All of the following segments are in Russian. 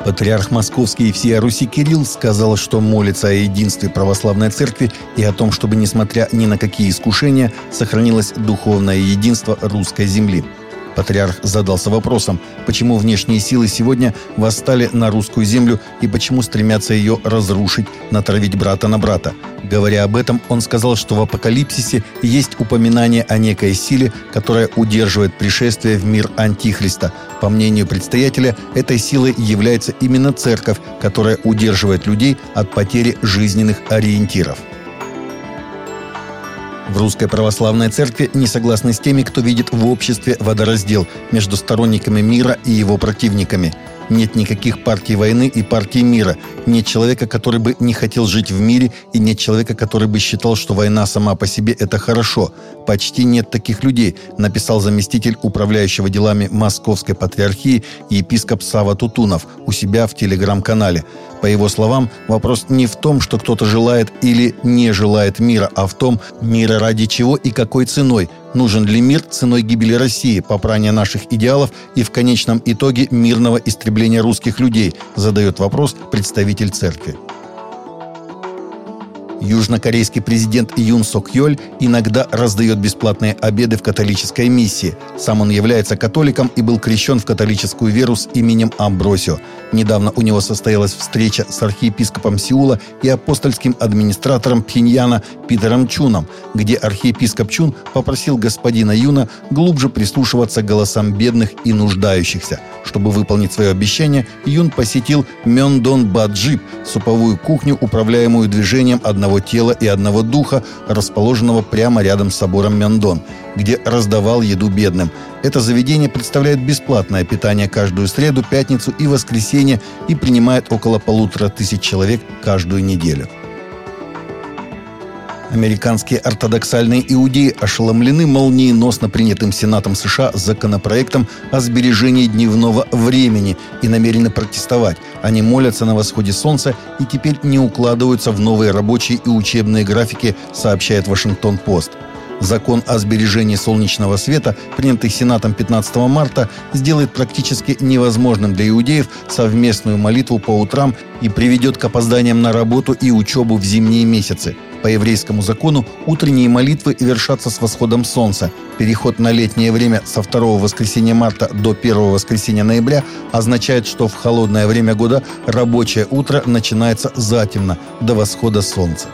Патриарх Московский и всея Руси Кирилл сказал, что молится о единстве православной церкви и о том, чтобы, несмотря ни на какие искушения, сохранилось духовное единство русской земли. Патриарх задался вопросом, почему внешние силы сегодня восстали на русскую землю и почему стремятся ее разрушить, натравить брата на брата. Говоря об этом, он сказал, что в Апокалипсисе есть упоминание о некой силе, которая удерживает пришествие в мир Антихриста. По мнению предстоятеля, этой силой является именно церковь, которая удерживает людей от потери жизненных ориентиров. В Русской Православной Церкви не согласны с теми, кто видит в обществе водораздел между сторонниками мира и его противниками. Нет никаких партий войны и партий мира. Нет человека, который бы не хотел жить в мире, и нет человека, который бы считал, что война сама по себе – это хорошо. Почти нет таких людей, написал заместитель управляющего делами Московской Патриархии епископ Сава Тутунов у себя в телеграм-канале. По его словам, вопрос не в том, что кто-то желает или не желает мира, а в том, мира ради чего и какой ценой. Нужен ли мир ценой гибели России, попрания наших идеалов и в конечном итоге мирного истребления русских людей, задает вопрос представитель церкви. Южнокорейский президент Юн Сок Йоль иногда раздает бесплатные обеды в католической миссии. Сам он является католиком и был крещен в католическую веру с именем Амбросио. Недавно у него состоялась встреча с архиепископом Сеула и апостольским администратором Пхеньяна Питером Чуном, где архиепископ Чун попросил господина Юна глубже прислушиваться к голосам бедных и нуждающихся. Чтобы выполнить свое обещание, Юн посетил Мёндон Баджип, суповую кухню, управляемую движением одного тела и одного духа, расположенного прямо рядом с собором Мёндон, где раздавал еду бедным. Это заведение представляет бесплатное питание каждую среду, пятницу и воскресенье и принимает около 1500 человек каждую неделю. Американские ортодоксальные иудеи ошеломлены молниеносно принятым Сенатом США законопроектом о сбережении дневного времени и намерены протестовать. Они молятся на восходе солнца и теперь не укладываются в новые рабочие и учебные графики, сообщает Вашингтон-Пост. Закон о сбережении солнечного света, принятый Сенатом 15 марта, сделает практически невозможным для иудеев совместную молитву по утрам и приведет к опозданиям на работу и учебу в зимние месяцы. По еврейскому закону утренние молитвы вершатся с восходом солнца. Переход на летнее время со 2 воскресенья марта до 1 воскресенья ноября означает, что в холодное время года рабочее утро начинается затемно, до восхода солнца.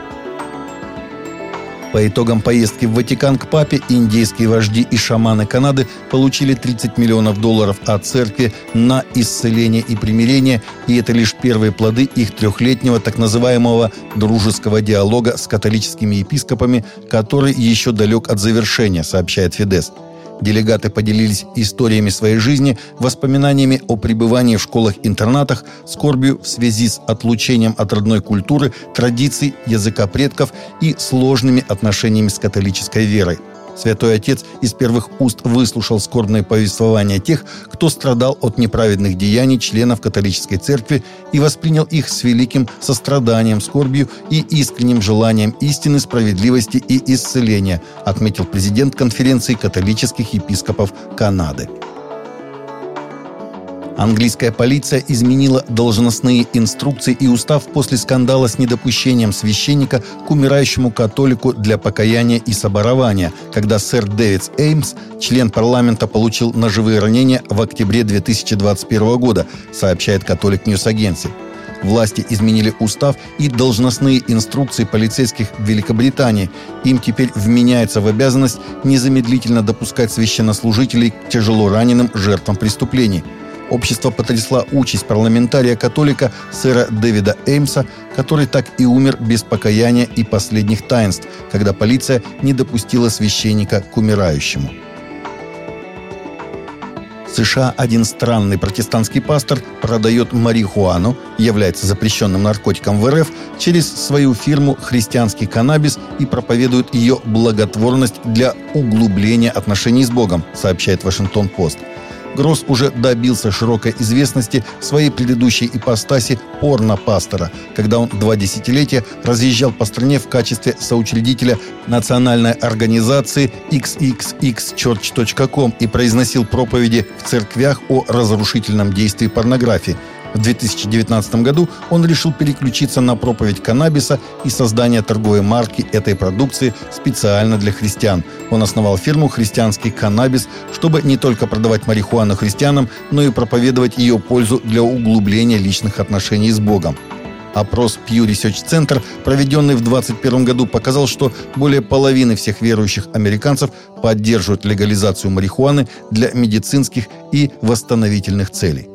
По итогам поездки в Ватикан к папе индейские вожди и шаманы Канады получили $30 миллионов от церкви на исцеление и примирение, и это лишь первые плоды их трехлетнего так называемого дружеского диалога с католическими епископами, который еще далек от завершения, сообщает Фидес. Делегаты поделились историями своей жизни, воспоминаниями о пребывании в школах-интернатах, скорбью в связи с отлучением от родной культуры, традиций, языка предков и сложными отношениями с католической верой. Святой Отец из первых уст выслушал скорбное повествование тех, кто страдал от неправедных деяний членов католической церкви и воспринял их с великим состраданием, скорбью и искренним желанием истины, справедливости и исцеления, отметил президент конференции католических епископов Канады. Английская полиция изменила должностные инструкции и устав после скандала с недопущением священника к умирающему католику для покаяния и соборования, когда сэр Дэвид Эймс, член парламента, получил ножевые ранения в октябре 2021 года, сообщает Catholic News Agency. Власти изменили устав и должностные инструкции полицейских в Великобритании. Им теперь вменяется в обязанность незамедлительно допускать священнослужителей к тяжело раненым жертвам преступлений. Общество потрясла участь парламентария-католика сэра Дэвида Эймса, который так и умер без покаяния и последних таинств, когда полиция не допустила священника к умирающему. В США один странный протестантский пастор продает марихуану, является запрещенным наркотиком в РФ, через свою фирму «Христианский каннабис» и проповедует ее благотворность для углубления отношений с Богом, сообщает Вашингтон-Пост. Гросс уже добился широкой известности в своей предыдущей ипостаси порно-пастора, когда он 2 десятилетия разъезжал по стране в качестве соучредителя национальной организации xxxchurch.com и произносил проповеди в церквях о разрушительном действии порнографии. В 2019 году он решил переключиться на проповедь каннабиса и создание торговой марки этой продукции специально для христиан. Он основал фирму «Христианский каннабис», чтобы не только продавать марихуану христианам, но и проповедовать ее пользу для углубления личных отношений с Богом. Опрос Pew Research Center, проведенный в 2021 году, показал, что более половины всех верующих американцев поддерживают легализацию марихуаны для медицинских и восстановительных целей.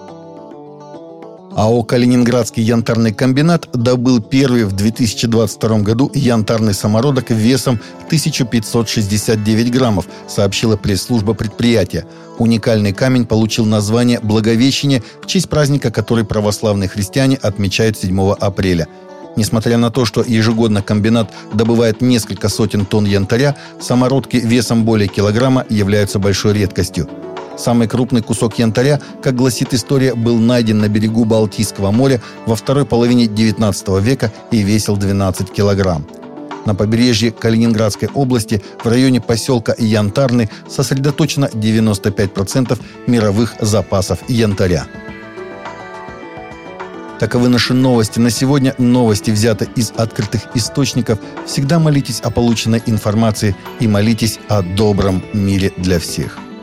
АО «Калининградский янтарный комбинат» добыл первый в 2022 году янтарный самородок весом 1569 граммов, сообщила пресс-служба предприятия. Уникальный камень получил название «Благовещение» в честь праздника, который православные христиане отмечают 7 апреля. Несмотря на то, что ежегодно комбинат добывает несколько сотен тонн янтаря, самородки весом более килограмма являются большой редкостью. Самый крупный кусок янтаря, как гласит история, был найден на берегу Балтийского моря во второй половине XIX века и весил 12 килограмм. На побережье Калининградской области в районе поселка Янтарный сосредоточено 95% мировых запасов янтаря. Таковы наши новости на сегодня. Новости взяты из открытых источников. Всегда молитесь о полученной информации и молитесь о добром мире для всех.